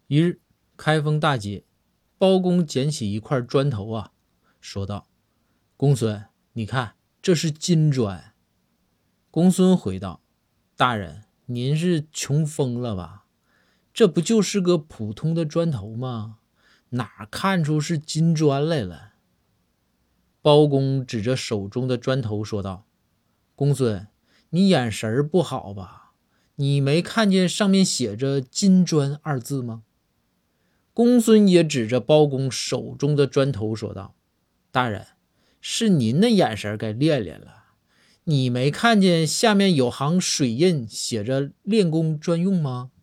一日，开封大街，包公捡起一块砖头说道：公孙，你看，这是金砖。公孙回道：大人，您是穷疯了吧？这不就是个普通的砖头吗？哪看出是金砖来了？包公指着手中的砖头说道：公孙，你眼神不好吧？你没看见上面写着金砖二字吗？公孙也指着包公手中的砖头说道：大人，是您的眼神该练练了，你没看见下面有行水印写着练功专用吗？